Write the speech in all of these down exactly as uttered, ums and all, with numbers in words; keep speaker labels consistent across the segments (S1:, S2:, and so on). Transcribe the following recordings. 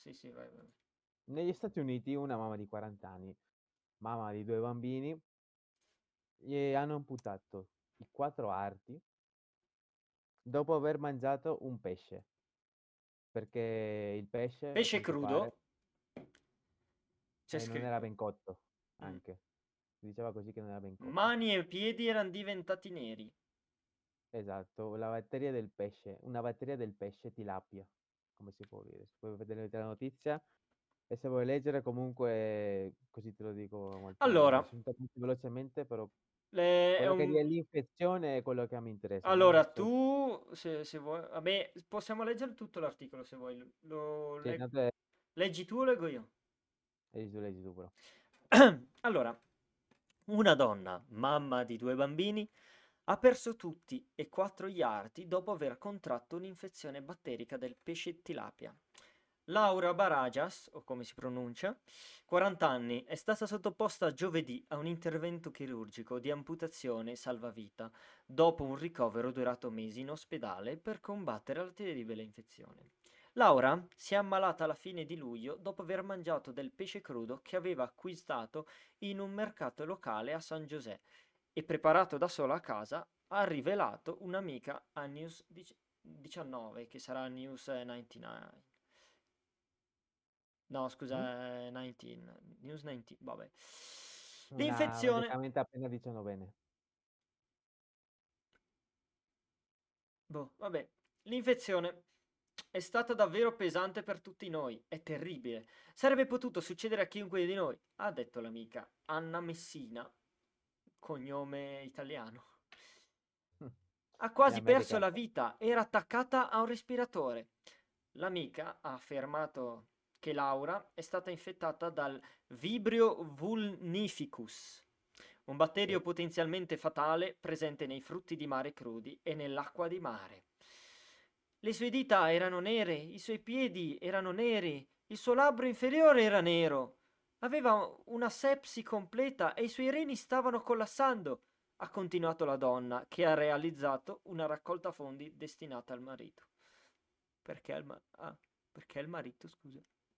S1: Sì, sì, vai, vai.
S2: Negli Stati Uniti una mamma di quaranta anni, mamma di due bambini, gli hanno amputato i quattro arti dopo aver mangiato un pesce, perché il pesce, a
S1: Pesce
S2: quanto pare,
S1: crudo, c'è
S2: eh, non era
S1: scritto.
S2: ben cotto,
S1: Mm.
S2: anche. Si diceva così che non era ben cotto.
S1: Mani e piedi erano diventati neri.
S2: Esatto, la batteria del pesce, una batteria del pesce tilapia, come si può dire. Si può vedere la notizia e se vuoi leggere comunque, così te lo dico molto
S1: Allora,
S2: riassuntamente velocemente, però
S1: le- è
S2: quello che
S1: un...
S2: è l'infezione è quello che mi interessa,
S1: allora
S2: no? So-
S1: tu, se, se vuoi, vabbè, possiamo leggere tutto l'articolo se vuoi. Lo,
S2: sì,
S1: leg-
S2: tanto è,
S1: leggi tu o leggo io?
S2: leggi tu, leggi tu, però.
S1: Allora, una donna, mamma di due bambini, ha perso tutti e quattro gli arti dopo aver contratto un'infezione batterica del pesce tilapia. Laura Barajas, o come si pronuncia, quaranta anni, è stata sottoposta giovedì a un intervento chirurgico di amputazione salvavita dopo un ricovero durato mesi in ospedale per combattere la terribile infezione. Laura si è ammalata alla fine di luglio dopo aver mangiato del pesce crudo che aveva acquistato in un mercato locale a San José e preparato da sola a casa, ha rivelato un'amica a News diciannove, che sarà News diciannove. No,
S2: Mm?
S1: scusa, eh, diciannove. News diciannove, vabbè.
S2: Una
S1: L'infezione,
S2: praticamente appena diciannovenne.
S1: boh, vabbè. L'infezione è stata davvero pesante per tutti noi, è terribile. Sarebbe potuto succedere a chiunque di noi, ha detto l'amica Anna Messina, cognome italiano. Ha
S2: In
S1: quasi perso
S2: America.
S1: la vita, era attaccata a un respiratore. L'amica ha affermato che Laura è stata infettata dal Vibrio vulnificus, un batterio
S2: Sì.
S1: potenzialmente fatale presente nei frutti di mare crudi e nell'acqua di mare. Le sue dita erano nere, i suoi piedi erano neri, il suo labbro inferiore era nero. Aveva una sepsi completa e i suoi reni stavano collassando, ha continuato la donna, che ha realizzato una raccolta fondi destinata al marito. Perché al, ma- ah, perché il marito, scusa?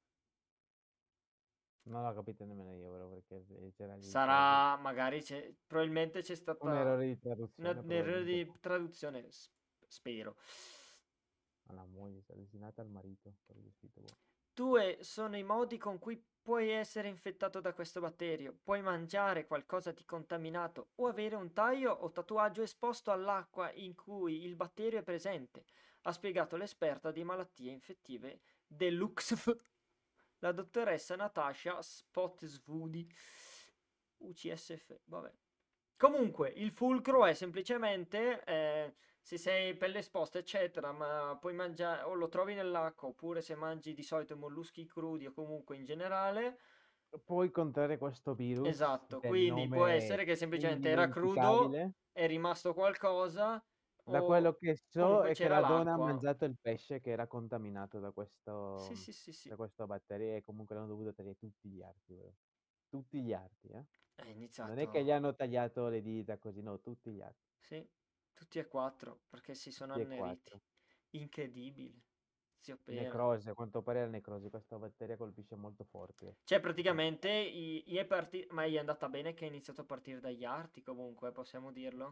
S2: Non l'ho capito nemmeno io, però, perché eh, c'era lì coso.
S1: Sarà, magari c'è, probabilmente c'è
S2: Un
S1: stata
S2: errore di
S1: una-
S2: traduzione,
S1: un errore
S2: probabilmente.
S1: di traduzione, s- spero.
S2: Alla moglie, sta destinata al marito. Quello che è scritto, boh.
S1: Due sono i modi con cui puoi essere infettato da questo batterio. Puoi mangiare qualcosa di contaminato o avere un taglio o tatuaggio esposto all'acqua in cui il batterio è presente, ha spiegato l'esperta di malattie infettive dell'U X F, la dottoressa Natasha Spotswoody, U C S F, vabbè. Comunque, il fulcro è semplicemente eh, se sei pelle esposta, eccetera, ma puoi mangiare o lo trovi nell'acqua, oppure se mangi di solito molluschi crudi o comunque in generale.
S2: Puoi contrarre questo virus
S1: Esatto,
S2: del
S1: quindi può
S2: nome
S1: essere che semplicemente era crudo,
S2: indimenticabile.
S1: è rimasto qualcosa,
S2: Da quello
S1: o
S2: che so
S1: comunque
S2: è che
S1: c'era
S2: la donna ha
S1: l'acqua.
S2: mangiato il pesce che era contaminato da
S1: Sì,
S2: questo,
S1: sì, sì, sì.
S2: da questo batterio e comunque hanno dovuto tagliare tutti gli arti, vero? Tutti gli arti, eh?
S1: È
S2: Non è che gli
S1: iniziato,
S2: hanno tagliato le dita così, no, tutti gli arti,
S1: sì, tutti e quattro, perché si sono
S2: tutti e
S1: anneriti.
S2: quattro.
S1: Incredibile, zio Pera.
S2: Necrosi, a quanto pare la necrosi, questa batteria colpisce molto forte.
S1: Cioè, praticamente, i- gli è parti- ma gli è andata bene che è iniziato a partire dagli arti, comunque, possiamo dirlo?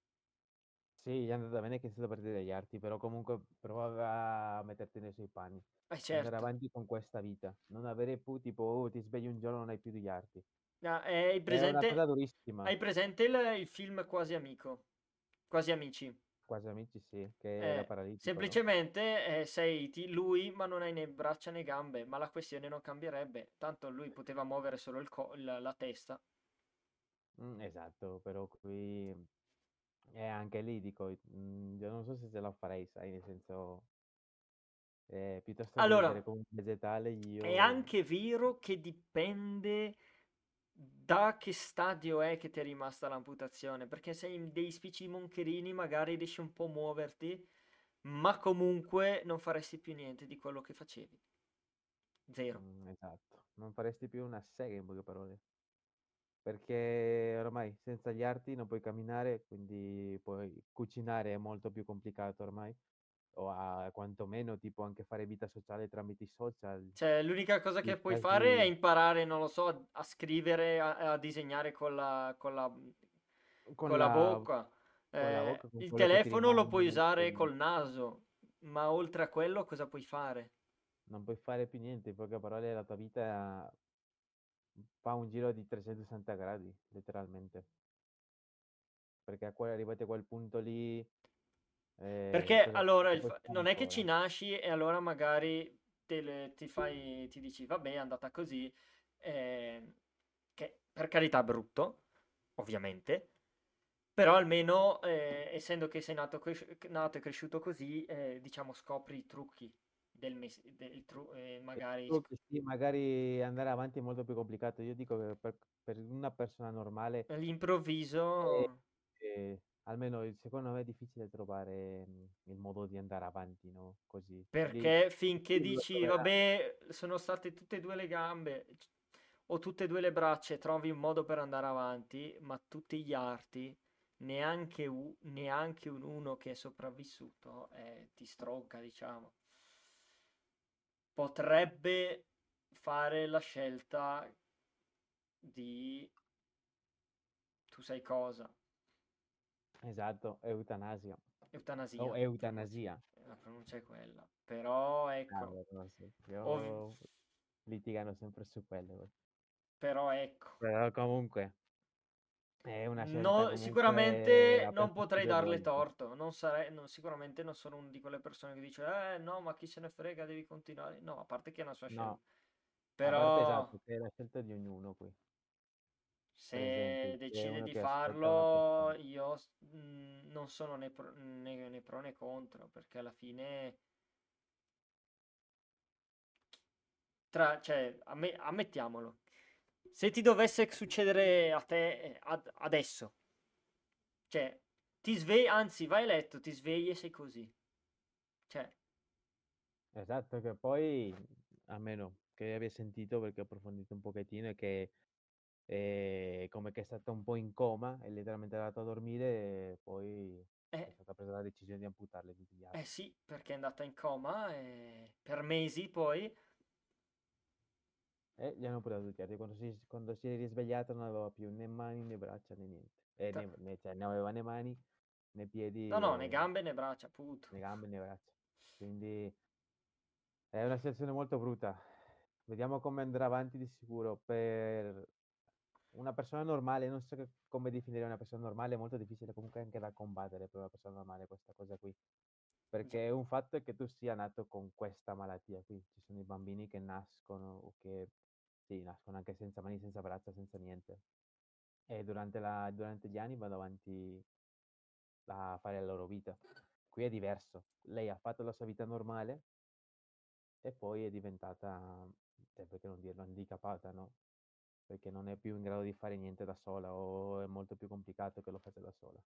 S2: Sì, gli è andata bene che è stato partire dagli arti, però comunque prova a metterti nei suoi panni.
S1: Eh,
S2: Andare
S1: certo.
S2: avanti con questa vita. Non avere più, tipo, oh, ti svegli un giorno e non hai più degli arti.
S1: Ah, eh, hai
S2: È una cosa
S1: presente,
S2: durissima.
S1: hai presente il, il film Quasi Amico? Quasi Amici?
S2: Quasi amici, sì, che era
S1: Eh,
S2: paralitico, no?
S1: semplicemente eh, sei ti- lui, ma non hai né braccia né gambe, ma la questione non cambierebbe, tanto lui poteva muovere solo il co- la, la testa.
S2: Mm, esatto, però qui è anche lì, dico, mm, io non so se ce la farei, sai, nel senso, eh, piuttosto che vivere
S1: Allora,
S2: come un vegetale,
S1: è
S2: io...
S1: anche vero che dipende da che stadio è che ti è rimasta l'amputazione, perché se hai dei spicci moncherini magari riesci un po' a muoverti, ma comunque non faresti più niente di quello che facevi. Zero.
S2: Mm, esatto, non faresti più una sega in poche parole. Perché ormai senza gli arti non puoi camminare, quindi puoi cucinare è molto più complicato ormai. o a quantomeno tipo anche fare vita sociale tramite i social,
S1: Cioè, l'unica cosa che
S2: in
S1: puoi fare è
S2: casi
S1: imparare, non lo so, a, a scrivere, a, a disegnare con la, con la,
S2: con
S1: con la
S2: la,
S1: bocca.
S2: con la
S1: Eh,
S2: bocca, con
S1: il
S2: quello che ti
S1: telefono lo
S2: rimane
S1: puoi
S2: nel
S1: usare
S2: cervello.
S1: col naso, ma oltre a quello cosa puoi fare?
S2: Non puoi fare più niente, in poche parole la tua vita fa un giro di trecentosessanta gradi, letteralmente, perché a quel, arrivati a quel punto lì, eh,
S1: Perché
S2: cosa,
S1: allora
S2: cosa
S1: il
S2: puoi
S1: fa-
S2: fare
S1: non è che ci
S2: ancora?
S1: nasci e allora magari te le- ti fai, ti dici, vabbè, è andata così, eh, che per carità è brutto, ovviamente, però almeno, eh, essendo che sei nato, cres- nato e cresciuto così, eh, diciamo, scopri i trucchi del mes- del tru- eh, magari
S2: Solo
S1: sc-
S2: che sì, magari andare avanti è molto più complicato. Io dico che per, per una persona normale,
S1: all'improvviso,
S2: eh, eh, almeno il- secondo me è difficile trovare mm, il modo di andare avanti, no? Così. Lì,
S1: perché finché
S2: sì, lo
S1: dici,
S2: troverai.
S1: vabbè, sono state tutte e due le gambe c- o tutte e due le braccia, e trovi un modo per andare avanti, ma tutti gli arti, neanche, u- neanche un uno che è sopravvissuto, eh, ti stronca, diciamo. Potrebbe fare la scelta di tu sai cosa,
S2: Esatto, eutanasia. O
S1: eutanasia, pronuncia,
S2: eutanasia.
S1: la pronuncia è quella. Però
S2: Ah,
S1: ecco,
S2: lo so, sì.
S1: ov-
S2: Io litigano sempre su quello.
S1: però ecco.
S2: Però comunque è una scelta
S1: No,
S2: comunque
S1: sicuramente
S2: a
S1: non
S2: pensarci
S1: potrei
S2: due
S1: darle
S2: volte.
S1: torto, non sarei, non- sicuramente non sono una di quelle persone che dice, eh no, ma chi se ne frega, devi continuare. No, a parte che è una sua
S2: No,
S1: scelta.
S2: a parte
S1: Però
S2: esatto, che è la scelta di ognuno qui. Per
S1: se
S2: esempio, c'è
S1: decide
S2: uno
S1: di
S2: che aspetta una
S1: farlo,
S2: persona.
S1: io s- mm, non sono né pro né, né pro né contro, perché alla fine, tra, cioè, amme- ammettiamolo, se ti dovesse succedere a te eh, ad- adesso, cioè, ti svegli, anzi, vai a letto, ti svegli e sei così. Cioè,
S2: Esatto, che poi, a meno che abbia sentito, perché ho approfondito un pochettino, è che eh, come che è stata un po' in coma, è letteralmente andato a dormire e poi
S1: eh,
S2: è stata presa la decisione di amputarle tutti gli
S1: Eh
S2: arti.
S1: sì, perché è andata in coma e per mesi poi.
S2: E gli hanno amputato tutti gli arti. Quando si, quando si è risvegliato non aveva più né mani né braccia né niente. E
S1: tra-
S2: né, né- cioè, ne aveva né mani né
S1: No,
S2: piedi
S1: no, né
S2: e
S1: gambe né braccia, appunto.
S2: né gambe né braccia. Quindi è una situazione molto brutta. Vediamo come andrà avanti di sicuro. Per una persona normale, non so che- come definire una persona normale, è molto difficile comunque anche da combattere per una persona normale questa cosa qui.
S1: Già.
S2: Perché un fatto è che tu sia nato con questa malattia qui. Ci sono i bambini che nascono o che sì, nascono anche senza mani, senza braccia, senza niente. E durante, la- durante gli anni vanno avanti a fare la loro vita. Qui è diverso. Lei ha fatto la sua vita normale e poi è diventata, cioè, perché non dirlo, handicapata, no? Perché non è più in grado di fare niente da sola o è molto più complicato che lo faccia da sola.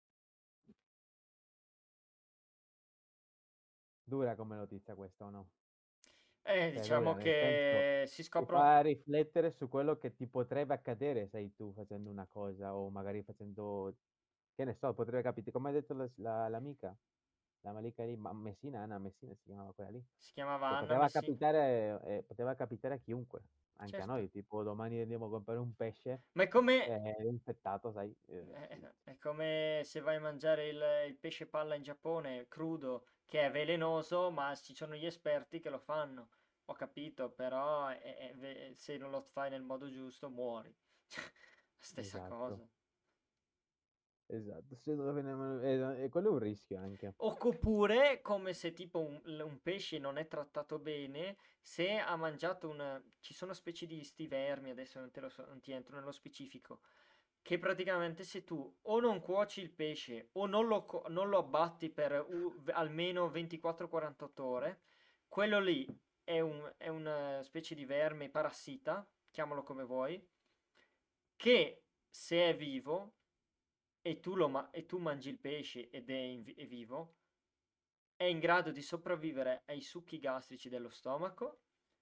S2: Dura come notizia questa o no?
S1: Eh,
S2: Cioè
S1: diciamo
S2: dura, nel senso,
S1: che si
S2: ti
S1: scoprono.
S2: fa riflettere su quello che ti potrebbe accadere sei tu facendo una cosa o magari facendo, che ne so, potrebbe capitare, come ha detto la- la- l'amica, la Malika lì, ma Messina, Anna Messina si chiamava quella lì,
S1: Si chiamava
S2: che
S1: Anna
S2: poteva
S1: Messi.
S2: capitare, eh, poteva capitare a chiunque, anche a
S1: Certo.
S2: noi, tipo domani andiamo a comprare un pesce
S1: Ma è come,
S2: eh, infettato, sai, eh,
S1: è,
S2: sì,
S1: è come se vai a mangiare il, il pesce palla in Giappone crudo, che è velenoso, ma ci sono gli esperti che lo fanno. Ho capito, però è- è ve- se non lo fai nel modo giusto, muori. Stessa
S2: esatto,
S1: cosa.
S2: esatto, se non viene- eh, e quello è un rischio anche,
S1: Oppure, come se tipo un, un pesce non è trattato bene, se ha mangiato un... Ci sono specie di sti vermi, adesso non, te lo so- non ti entro nello specifico, che praticamente se tu o non cuoci il pesce o non lo, co- non lo abbatti per u- v- almeno ventiquattro quarantotto ore, quello lì è, un- è una specie di verme parassita, chiamalo come vuoi, che se è vivo e tu, lo ma- e tu mangi il pesce ed è in vi- è vivo, è in grado di sopravvivere ai succhi gastrici dello stomaco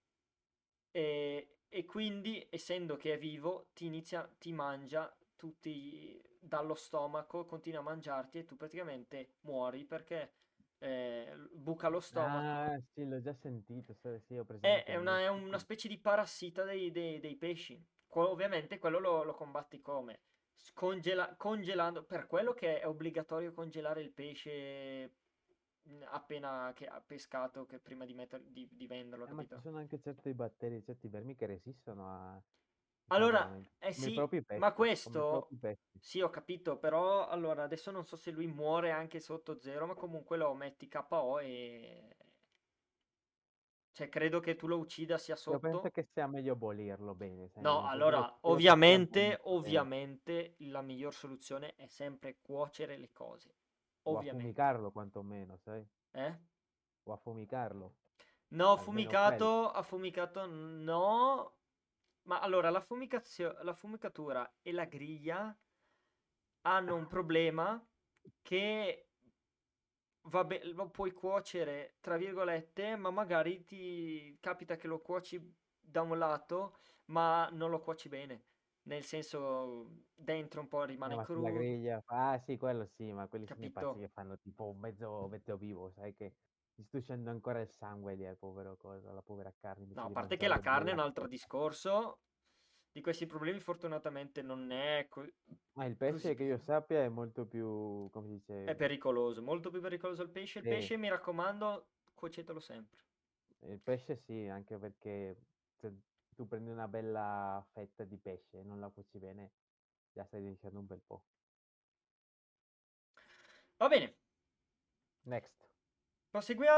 S1: e, e quindi, essendo che è vivo, ti inizia, ti mangia tutti dallo stomaco, continua a mangiarti e tu praticamente muori perché? eh, buca lo stomaco.
S2: Ah, sì, l'ho già sentito, sì, sì, ho
S1: È,
S2: presente.
S1: è
S2: Mi
S1: una,
S2: è
S1: è una
S2: tipo-
S1: specie di parassita dei, dei- dei pesci. Qua- ovviamente quello lo, lo combatti come? Scongela- congelando, per quello che è obbligatorio congelare il pesce mh, appena che ha pescato, che prima di, metter- di, di venderlo,
S2: eh, ma ci
S1: capito?
S2: sono anche certi batteri, certi vermi che resistono a- ai
S1: Allora,
S2: congelamenti,
S1: eh
S2: come i
S1: sì,
S2: propri
S1: ma
S2: pesci, come i
S1: questo,
S2: propri pesci.
S1: sì, ho capito, però allora adesso non so se lui muore anche sotto zero, ma comunque lo metti K O e... Cioè, credo che tu lo uccida sia
S2: Io penso
S1: sotto.
S2: che sia meglio bollirlo bene, sai,
S1: No,
S2: nel senso che
S1: allora,
S2: quello che sia
S1: ovviamente,
S2: bollito bene,
S1: ovviamente, la miglior soluzione è sempre cuocere le cose.
S2: o
S1: Ovviamente.
S2: affumicarlo quantomeno, sai,
S1: Eh?
S2: o affumicarlo,
S1: No,
S2: almeno quello.
S1: affumicato, affumicato no. Ma allora, l'affumicazio- l'affumicatura e la griglia hanno un problema che va be- lo puoi cuocere, tra virgolette, ma magari ti capita che lo cuoci da un lato, ma non lo cuoci bene. Nel senso, dentro un po'
S2: Eh,
S1: rimane
S2: ma sulla
S1: crudo,
S2: griglia, ah sì, quello sì, ma quelli sono i pazzi
S1: capito?
S2: che fanno tipo un mezzo, mezzo vivo, sai che gli sta uscendo ancora il sangue lì al povero cosa, la povera carne,
S1: No,
S2: invece
S1: a
S2: di
S1: parte che la
S2: mangiarlo
S1: carne è un
S2: bella
S1: altro
S2: cotta.
S1: discorso. Di questi problemi fortunatamente non è co-
S2: Ma il
S1: così
S2: pesce che io
S1: pieno.
S2: sappia è molto più, come si
S1: È
S2: dice,
S1: pericoloso, molto più pericoloso il pesce. Il
S2: sì,
S1: pesce, mi raccomando, cuocetelo sempre.
S2: il pesce sì, anche perché se tu prendi una bella fetta di pesce e non la cuoci bene, già stai dicendo un bel po'.
S1: Va bene,
S2: Next.
S1: proseguiamo.